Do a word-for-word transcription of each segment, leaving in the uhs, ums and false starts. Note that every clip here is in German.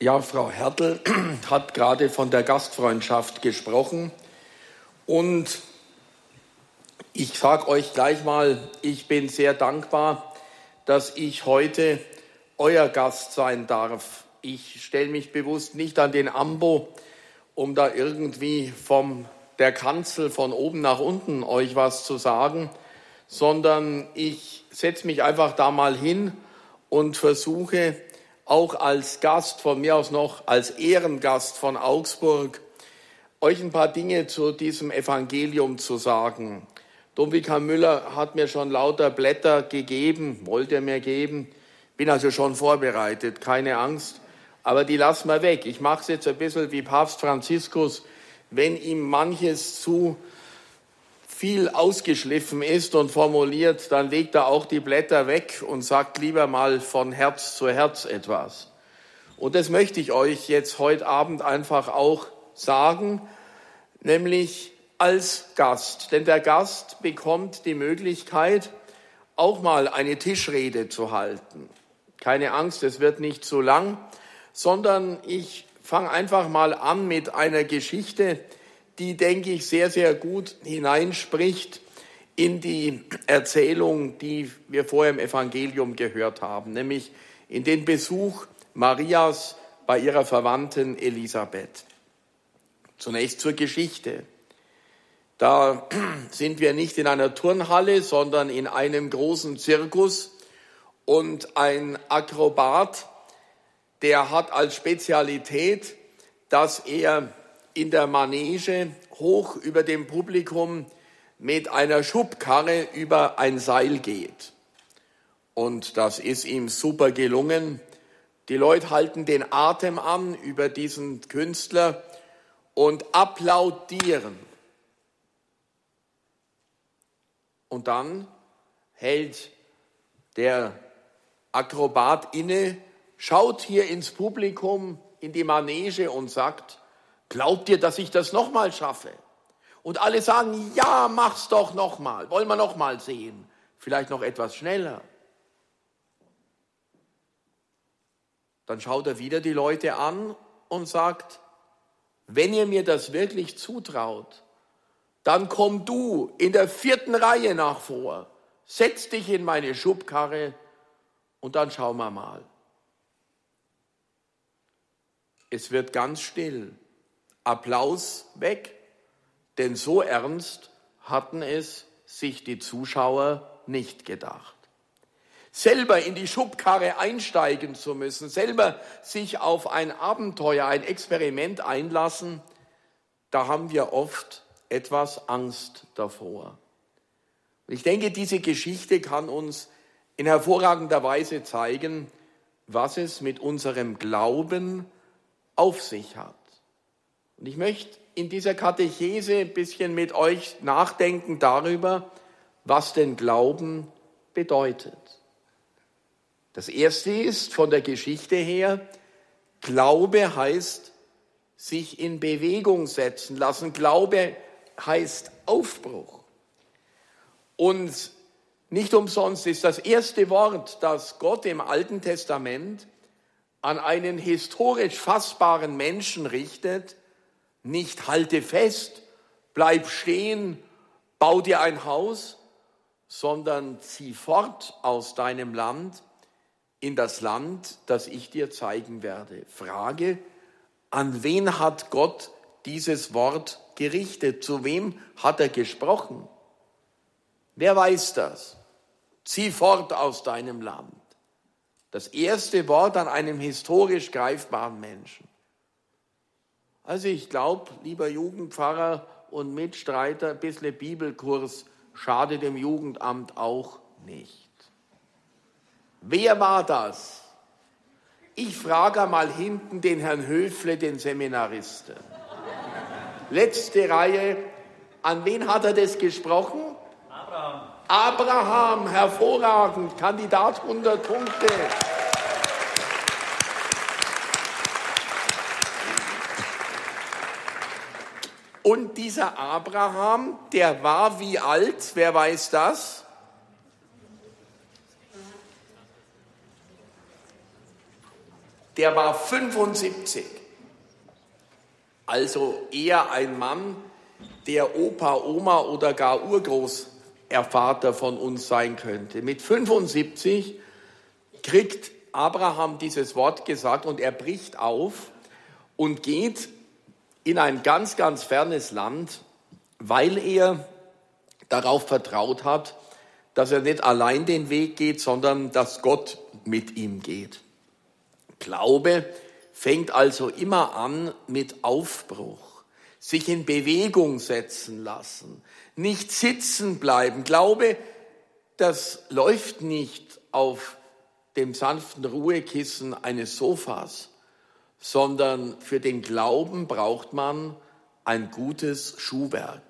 Ja, Frau Hertel hat gerade von der Gastfreundschaft gesprochen und ich sage euch gleich mal, ich bin sehr dankbar, dass ich heute euer Gast sein darf. Ich stelle mich bewusst nicht an den Ambo, um da irgendwie von der Kanzel von oben nach unten euch was zu sagen, sondern ich setze mich einfach da mal hin und versuche auch als Gast, von mir aus noch als Ehrengast von Augsburg, euch ein paar Dinge zu diesem Evangelium zu sagen. Domwika Müller hat mir schon lauter Blätter gegeben, wollte er mir geben. Bin also schon vorbereitet, keine Angst. Aber die lassen wir weg. Ich mache es jetzt ein bisschen wie Papst Franziskus, wenn ihm manches zu viel ausgeschliffen ist und formuliert, dann legt er auch die Blätter weg und sagt lieber mal von Herz zu Herz etwas. Und das möchte ich euch jetzt heute Abend einfach auch sagen, nämlich als Gast. Denn der Gast bekommt die Möglichkeit, auch mal eine Tischrede zu halten. Keine Angst, es wird nicht zu lang, sondern ich fange einfach mal an mit einer Geschichte, die, denke ich, sehr, sehr gut hineinspricht in die Erzählung, die wir vorher im Evangelium gehört haben, nämlich in den Besuch Marias bei ihrer Verwandten Elisabeth. Zunächst zur Geschichte. Da sind wir nicht in einer Turnhalle, sondern in einem großen Zirkus und ein Akrobat, der hat als Spezialität, dass er in der Manege hoch über dem Publikum mit einer Schubkarre über ein Seil geht. Und das ist ihm super gelungen. Die Leute halten den Atem an über diesen Künstler und applaudieren. Und dann hält der Akrobat inne, schaut hier ins Publikum, in die Manege und sagt: Glaubt ihr, dass ich das nochmal schaffe? Und alle sagen, ja, mach's doch nochmal. Wollen wir nochmal sehen. Vielleicht noch etwas schneller. Dann schaut er wieder die Leute an und sagt: Wenn ihr mir das wirklich zutraut, dann komm du in der vierten Reihe nach vor. Setz dich in meine Schubkarre und dann schauen wir mal. Es wird ganz still. Applaus weg, denn so ernst hatten es sich die Zuschauer nicht gedacht. Selber in die Schubkarre einsteigen zu müssen, selber sich auf ein Abenteuer, ein Experiment einlassen, da haben wir oft etwas Angst davor. Und ich denke, diese Geschichte kann uns in hervorragender Weise zeigen, was es mit unserem Glauben auf sich hat. Und ich möchte in dieser Katechese ein bisschen mit euch nachdenken darüber, was denn Glauben bedeutet. Das Erste ist von der Geschichte her, Glaube heißt sich in Bewegung setzen lassen. Glaube heißt Aufbruch. Und nicht umsonst ist das erste Wort, das Gott im Alten Testament an einen historisch fassbaren Menschen richtet, nicht halte fest, bleib stehen, bau dir ein Haus, sondern zieh fort aus deinem Land in das Land, das ich dir zeigen werde. Frage, an wen hat Gott dieses Wort gerichtet? Zu wem hat er gesprochen? Wer weiß das? Zieh fort aus deinem Land. Das erste Wort an einem historisch greifbaren Menschen. Also ich glaube, lieber Jugendpfarrer und Mitstreiter, ein bisschen Bibelkurs schadet dem Jugendamt auch nicht. Wer war das? Ich frage mal hinten den Herrn Höfle, den Seminaristen. Letzte Reihe, an wen hat er das gesprochen? Abraham. Abraham, hervorragend, Kandidat hundert Punkte. Und dieser Abraham, der war wie alt? Wer weiß das? der war fünfundsiebzig. Also eher ein Mann, der Opa, Oma oder gar Urgroßvater von uns sein könnte. Mit fünfundsiebzig kriegt Abraham dieses Wort gesagt und er bricht auf und geht in ein ganz, ganz fernes Land, weil er darauf vertraut hat, dass er nicht allein den Weg geht, sondern dass Gott mit ihm geht. Glaube fängt also immer an mit Aufbruch, sich in Bewegung setzen lassen, nicht sitzen bleiben. Glaube, das läuft nicht auf dem sanften Ruhekissen eines Sofas, sondern für den Glauben braucht man ein gutes Schuhwerk.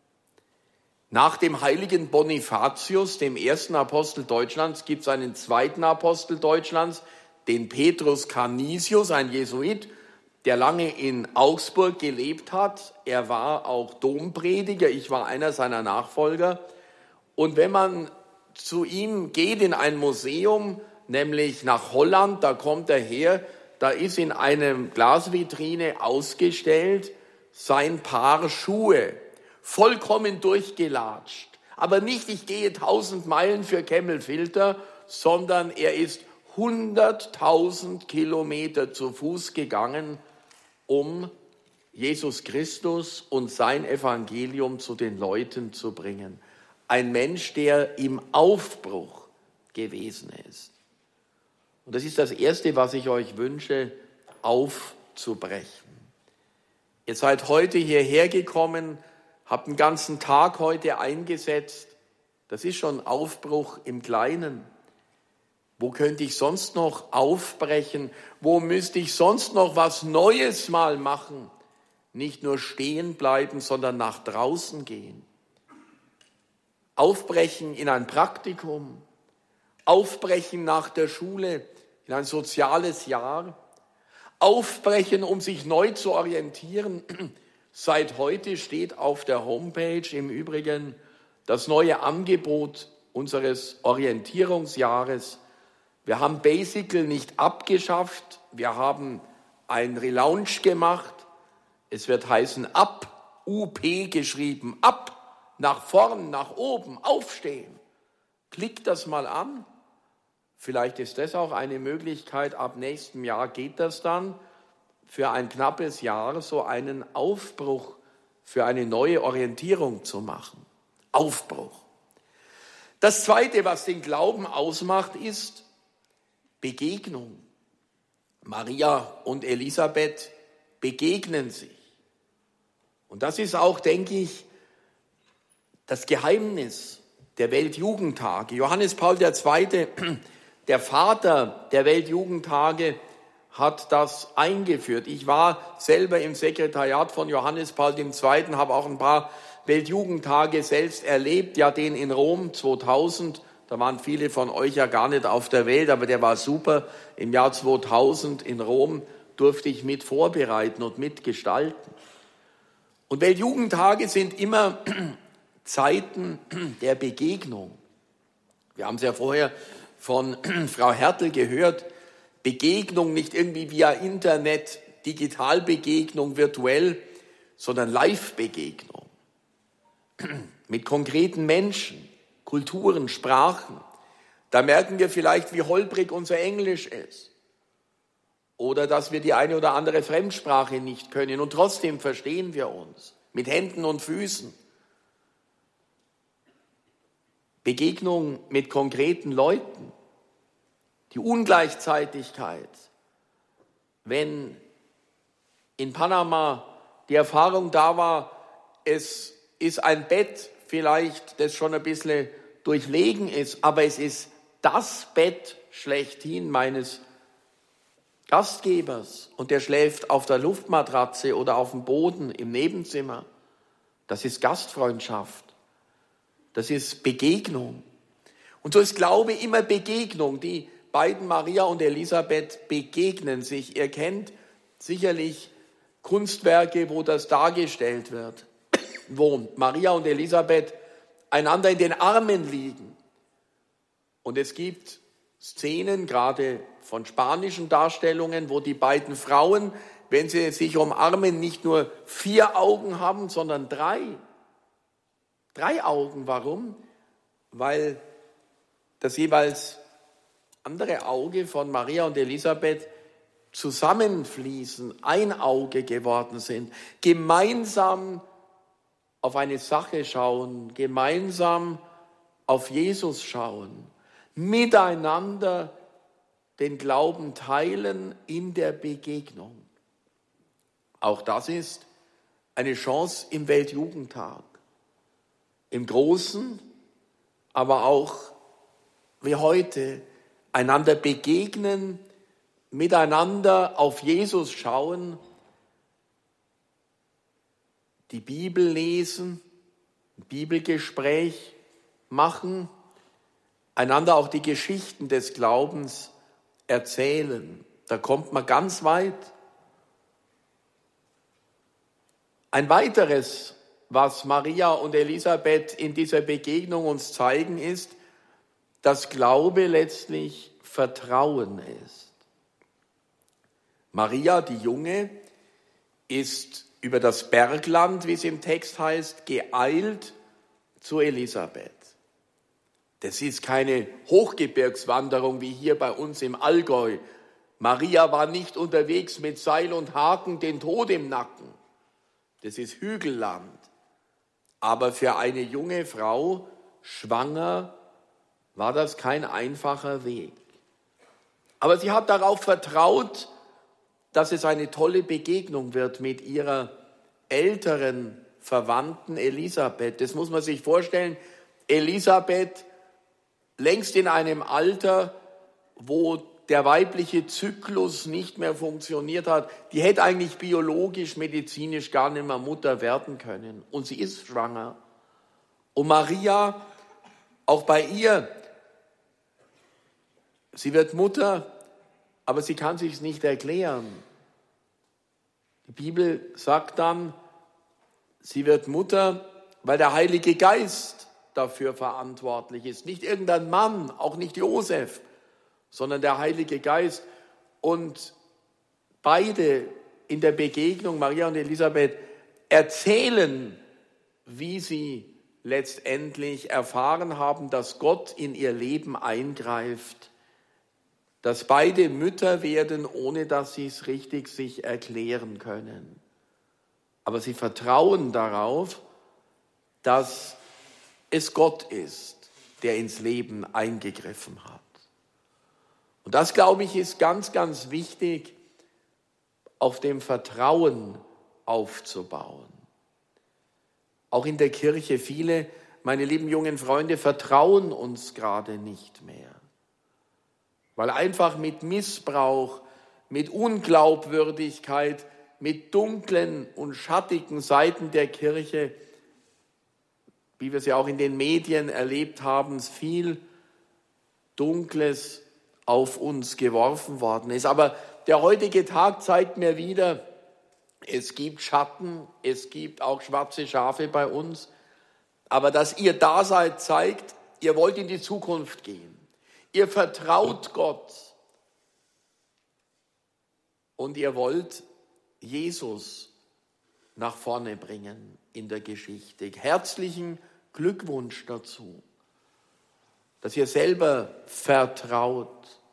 Nach dem heiligen Bonifatius, dem ersten Apostel Deutschlands, gibt es einen zweiten Apostel Deutschlands, den Petrus Canisius, ein Jesuit, der lange in Augsburg gelebt hat. Er war auch Domprediger, ich war einer seiner Nachfolger. Und wenn man zu ihm geht in ein Museum, nämlich nach Holland, da kommt er her, da ist in einem Glasvitrine ausgestellt sein Paar Schuhe, vollkommen durchgelatscht. Aber nicht, ich gehe tausend Meilen für Kemmelfilter, sondern er ist hunderttausend Kilometer zu Fuß gegangen, um Jesus Christus und sein Evangelium zu den Leuten zu bringen. Ein Mensch, der im Aufbruch gewesen ist. Und das ist das Erste, was ich euch wünsche, aufzubrechen. Ihr seid heute hierher gekommen, habt den ganzen Tag heute eingesetzt. Das ist schon Aufbruch im Kleinen. Wo könnte ich sonst noch aufbrechen? Wo müsste ich sonst noch was Neues mal machen? Nicht nur stehen bleiben, sondern nach draußen gehen. Aufbrechen in ein Praktikum. Aufbrechen nach der Schule in ein soziales Jahr. Aufbrechen, um sich neu zu orientieren. Seit heute steht auf der Homepage im Übrigen das neue Angebot unseres Orientierungsjahres. Wir haben Basical nicht abgeschafft, wir haben ein Relaunch gemacht. Es wird heißen ab, U P geschrieben, ab, nach vorn, nach oben, aufstehen. Klickt das mal an. Vielleicht ist das auch eine Möglichkeit, ab nächstem Jahr geht das dann, für ein knappes Jahr so einen Aufbruch, für eine neue Orientierung zu machen. Aufbruch. Das Zweite, was den Glauben ausmacht, ist Begegnung. Maria und Elisabeth begegnen sich. Und das ist auch, denke ich, das Geheimnis der Weltjugendtage. Johannes Paul der Zweite., der Vater der Weltjugendtage, hat das eingeführt. Ich war selber im Sekretariat von Johannes Paul der Zweite., habe auch ein paar Weltjugendtage selbst erlebt, ja den in Rom zweitausend. Da waren viele von euch ja gar nicht auf der Welt, aber der war super. Im Jahr zweitausend in Rom durfte ich mit vorbereiten und mitgestalten. Und Weltjugendtage sind immer Zeiten der Begegnung. Wir haben es ja vorher von Frau Hertel gehört, Begegnung nicht irgendwie via Internet, Digitalbegegnung, virtuell, sondern Live-Begegnung. Mit konkreten Menschen, Kulturen, Sprachen. Da merken wir vielleicht, wie holprig unser Englisch ist. Oder dass wir die eine oder andere Fremdsprache nicht können. Und trotzdem verstehen wir uns mit Händen und Füßen. Begegnung mit konkreten Leuten. Die Ungleichzeitigkeit. Wenn in Panama die Erfahrung da war, es ist ein Bett vielleicht, das schon ein bisschen durchlegen ist, aber es ist das Bett schlechthin meines Gastgebers und der schläft auf der Luftmatratze oder auf dem Boden im Nebenzimmer. Das ist Gastfreundschaft. Das ist Begegnung. Und so ist Glaube immer Begegnung. Die beiden, Maria und Elisabeth, begegnen sich. Ihr kennt sicherlich Kunstwerke, wo das dargestellt wird, wo Maria und Elisabeth einander in den Armen liegen. Und es gibt Szenen, gerade von spanischen Darstellungen, wo die beiden Frauen, wenn sie sich umarmen, nicht nur vier Augen haben, sondern drei. Drei Augen. Warum? Weil das jeweils andere Auge von Maria und Elisabeth zusammenfließen, ein Auge geworden sind, gemeinsam auf eine Sache schauen, gemeinsam auf Jesus schauen, miteinander den Glauben teilen in der Begegnung. Auch das ist eine Chance im Weltjugendtag. Im Großen, aber auch wie heute, einander begegnen, miteinander auf Jesus schauen, die Bibel lesen, ein Bibelgespräch machen, einander auch die Geschichten des Glaubens erzählen. Da kommt man ganz weit. Ein weiteres, was Maria und Elisabeth in dieser Begegnung uns zeigen, ist, dass Glaube letztlich Vertrauen ist. Maria, die Junge, ist über das Bergland, wie es im Text heißt, geeilt zu Elisabeth. Das ist keine Hochgebirgswanderung wie hier bei uns im Allgäu. Maria war nicht unterwegs mit Seil und Haken, den Tod im Nacken. Das ist Hügelland. Aber für eine junge Frau, schwanger, war das kein einfacher Weg. Aber sie hat darauf vertraut, dass es eine tolle Begegnung wird mit ihrer älteren Verwandten Elisabeth. Das muss man sich vorstellen. Elisabeth, längst in einem Alter, wo der weibliche Zyklus nicht mehr funktioniert hat, die hätte eigentlich biologisch, medizinisch gar nicht mehr Mutter werden können. Und sie ist schwanger. Und Maria, auch bei ihr, sie wird Mutter, aber sie kann sich's nicht erklären. Die Bibel sagt dann, sie wird Mutter, weil der Heilige Geist dafür verantwortlich ist. Nicht irgendein Mann, auch nicht Josef, sondern der Heilige Geist. Und beide in der Begegnung, Maria und Elisabeth, erzählen, wie sie letztendlich erfahren haben, dass Gott in ihr Leben eingreift, dass beide Mütter werden, ohne dass sie es richtig sich erklären können. Aber sie vertrauen darauf, dass es Gott ist, der ins Leben eingegriffen hat. Und das, glaube ich, ist ganz, ganz wichtig, auf dem Vertrauen aufzubauen. Auch in der Kirche, viele, meine lieben jungen Freunde, vertrauen uns gerade nicht mehr. Weil einfach mit Missbrauch, mit Unglaubwürdigkeit, mit dunklen und schattigen Seiten der Kirche, wie wir sie auch in den Medien erlebt haben, viel Dunkles auf uns geworfen worden ist. Aber der heutige Tag zeigt mir wieder, es gibt Schatten, es gibt auch schwarze Schafe bei uns. Aber dass ihr da seid, zeigt, ihr wollt in die Zukunft gehen. Ihr vertraut Gott und ihr wollt Jesus nach vorne bringen in der Geschichte. Herzlichen Glückwunsch dazu, dass ihr selber vertraut.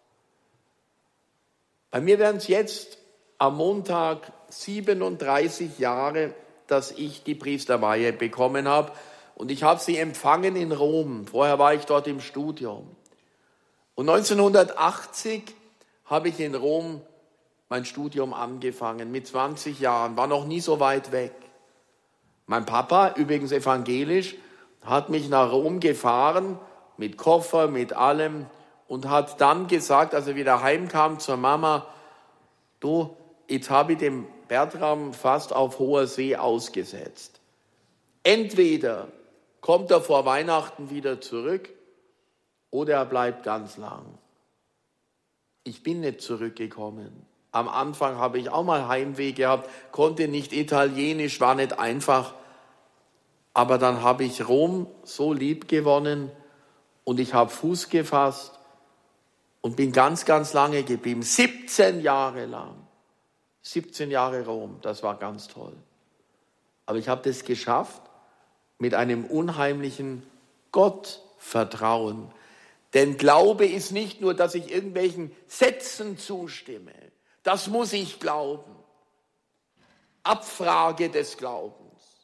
Bei mir werden es jetzt am Montag siebenunddreißig Jahre, dass ich die Priesterweihe bekommen habe. Und ich habe sie empfangen in Rom. Vorher war ich dort im Studium. Und neunzehnhundertachtzig habe ich in Rom mein Studium angefangen, mit zwanzig Jahren, war noch nie so weit weg. Mein Papa, übrigens evangelisch, hat mich nach Rom gefahren, mit Koffer, mit allem, und hat dann gesagt, als er wieder heimkam zur Mama, du, jetzt habe ich den Bertram fast auf hoher See ausgesetzt. Entweder kommt er vor Weihnachten wieder zurück, oder er bleibt ganz lang. Ich bin nicht zurückgekommen. Am Anfang habe ich auch mal Heimweh gehabt, konnte nicht Italienisch, war nicht einfach. Aber dann habe ich Rom so lieb gewonnen und ich habe Fuß gefasst und bin ganz, ganz lange geblieben. siebzehn Jahre lang. siebzehn Jahre Rom, das war ganz toll. Aber ich habe das geschafft mit einem unheimlichen Gottvertrauen. Denn Glaube ist nicht nur, dass ich irgendwelchen Sätzen zustimme. Das muss ich glauben. Abfrage des Glaubens.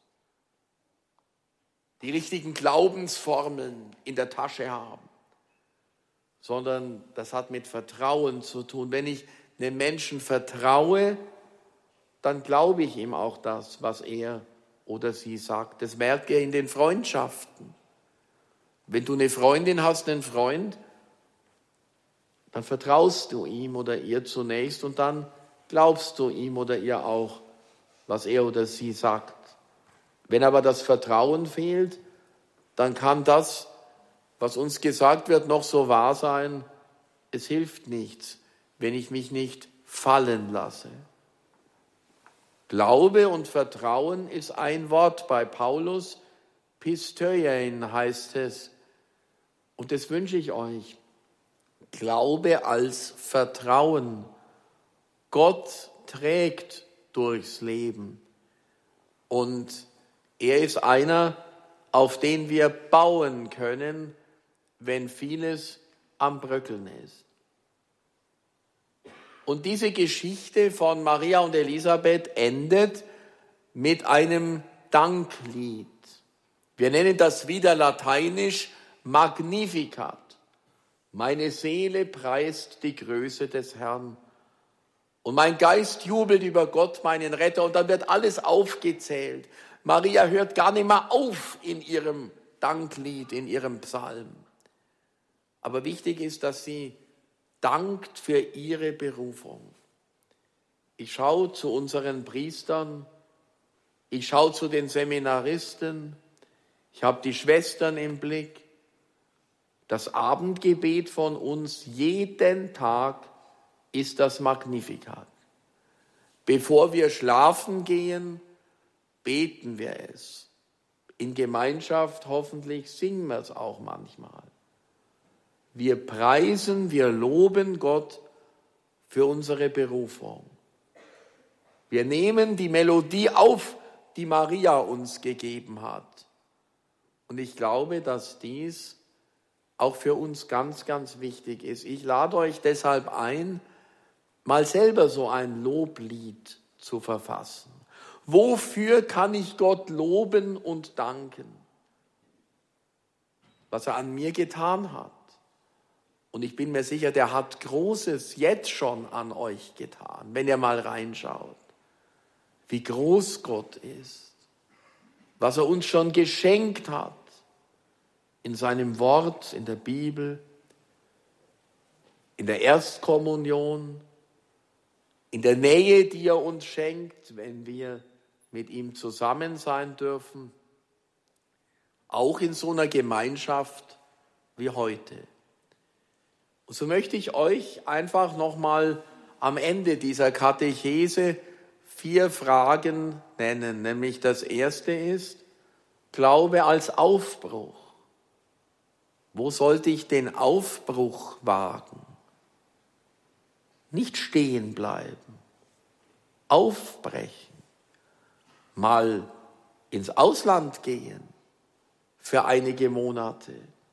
Die richtigen Glaubensformeln in der Tasche haben. Sondern das hat mit Vertrauen zu tun. Wenn ich einem Menschen vertraue, dann glaube ich ihm auch das, was er oder sie sagt. Das merkt ihr in den Freundschaften. Wenn du eine Freundin hast, einen Freund, dann vertraust du ihm oder ihr zunächst und dann glaubst du ihm oder ihr auch, was er oder sie sagt. Wenn aber das Vertrauen fehlt, dann kann das, was uns gesagt wird, noch so wahr sein. Es hilft nichts, wenn ich mich nicht fallen lasse. Glaube und Vertrauen ist ein Wort bei Paulus. Pisteien heißt es. Und das wünsche ich euch. Glaube als Vertrauen. Gott trägt durchs Leben. Und er ist einer, auf den wir bauen können, wenn vieles am Bröckeln ist. Und diese Geschichte von Maria und Elisabeth endet mit einem Danklied. Wir nennen das wieder lateinisch Magnificat. Meine Seele preist die Größe des Herrn. Und mein Geist jubelt über Gott, meinen Retter. Und dann wird alles aufgezählt. Maria hört gar nicht mehr auf in ihrem Danklied, in ihrem Psalm. Aber wichtig ist, dass sie dankt für ihre Berufung. Ich schaue zu unseren Priestern, ich schaue zu den Seminaristen, ich habe die Schwestern im Blick. Das Abendgebet von uns jeden Tag ist das Magnificat. Bevor wir schlafen gehen, beten wir es. In Gemeinschaft hoffentlich singen wir es auch manchmal. Wir preisen, wir loben Gott für unsere Berufung. Wir nehmen die Melodie auf, die Maria uns gegeben hat. Und ich glaube, dass dies auch für uns ganz, ganz wichtig ist. Ich lade euch deshalb ein, mal selber so ein Loblied zu verfassen. Wofür kann ich Gott loben und danken? Was er an mir getan hat. Und ich bin mir sicher, der hat Großes jetzt schon an euch getan, wenn ihr mal reinschaut. Wie groß Gott ist, was er uns schon geschenkt hat in seinem Wort, in der Bibel, in der Erstkommunion, in der Nähe, die er uns schenkt, wenn wir mit ihm zusammen sein dürfen, auch in so einer Gemeinschaft wie heute. Und so möchte ich euch einfach nochmal am Ende dieser Katechese vier Fragen nennen. Nämlich das erste ist, Glaube als Aufbruch. Wo sollte ich den Aufbruch wagen? Nicht stehen bleiben, aufbrechen, mal ins Ausland gehen für einige Monate.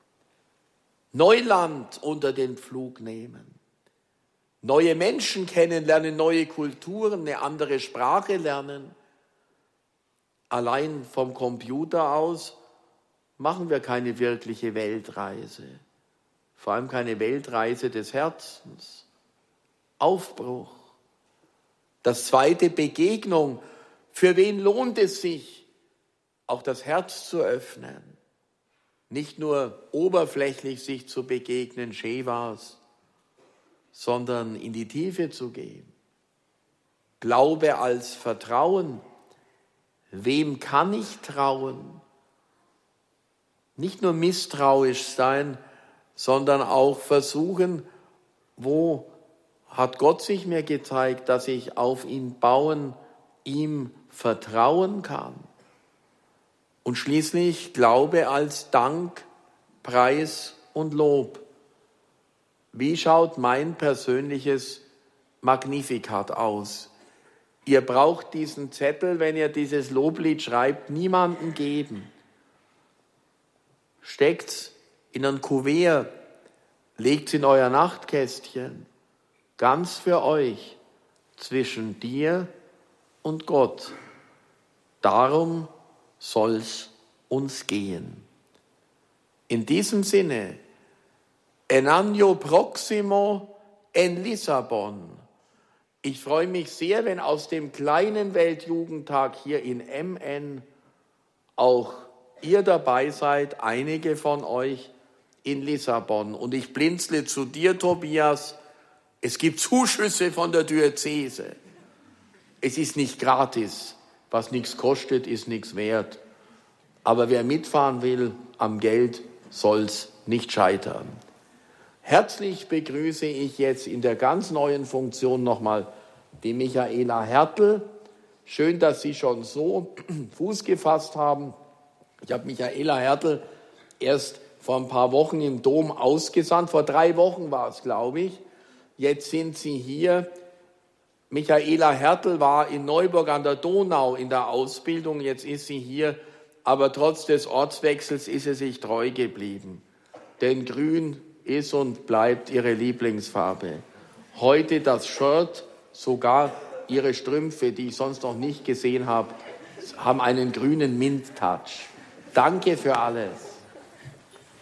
Neuland unter den Pflug nehmen, neue Menschen kennenlernen, neue Kulturen, eine andere Sprache lernen. Allein vom Computer aus machen wir keine wirkliche Weltreise, vor allem keine Weltreise des Herzens. Aufbruch. Das zweite, Begegnung. Für wen lohnt es sich, auch das Herz zu öffnen? Nicht nur oberflächlich sich zu begegnen, schön war's, sondern in die Tiefe zu gehen. Glaube als Vertrauen. Wem kann ich trauen? Nicht nur misstrauisch sein, sondern auch versuchen, wo hat Gott sich mir gezeigt, dass ich auf ihn bauen, ihm vertrauen kann. Und schließlich Glaube als Dank, Preis und Lob. wie schaut mein persönliches Magnificat aus? Ihr braucht diesen Zettel, wenn ihr dieses Loblied schreibt, niemandem geben. Steckt's in ein Kuvert, legt's in euer Nachtkästchen, ganz für euch, zwischen dir und Gott. Darum soll's uns gehen. In diesem Sinne, en año próximo en Lissabon. Ich freue mich sehr, wenn aus dem kleinen Weltjugendtag hier in M N auch ihr dabei seid, einige von euch in Lissabon. Und ich blinzle zu dir, Tobias, es gibt Zuschüsse von der Diözese. Es ist nicht gratis. Was nichts kostet, ist nichts wert. Aber wer mitfahren will, am Geld soll's nicht scheitern. Herzlich begrüße ich jetzt in der ganz neuen Funktion nochmal die Michaela Hertel. Schön, dass Sie schon so Fuß gefasst haben. Ich habe Michaela Hertel erst vor ein paar Wochen im Dom ausgesandt. Vor drei Wochen war es, glaube ich. Jetzt sind Sie hier. Michaela Hertel war in Neuburg an der Donau in der Ausbildung. Jetzt ist sie hier. Aber trotz des Ortswechsels ist sie sich treu geblieben. Denn Grün ist und bleibt ihre Lieblingsfarbe. Heute das Shirt, sogar ihre Strümpfe, die ich sonst noch nicht gesehen habe, haben einen grünen Mint-Touch. Danke für alles.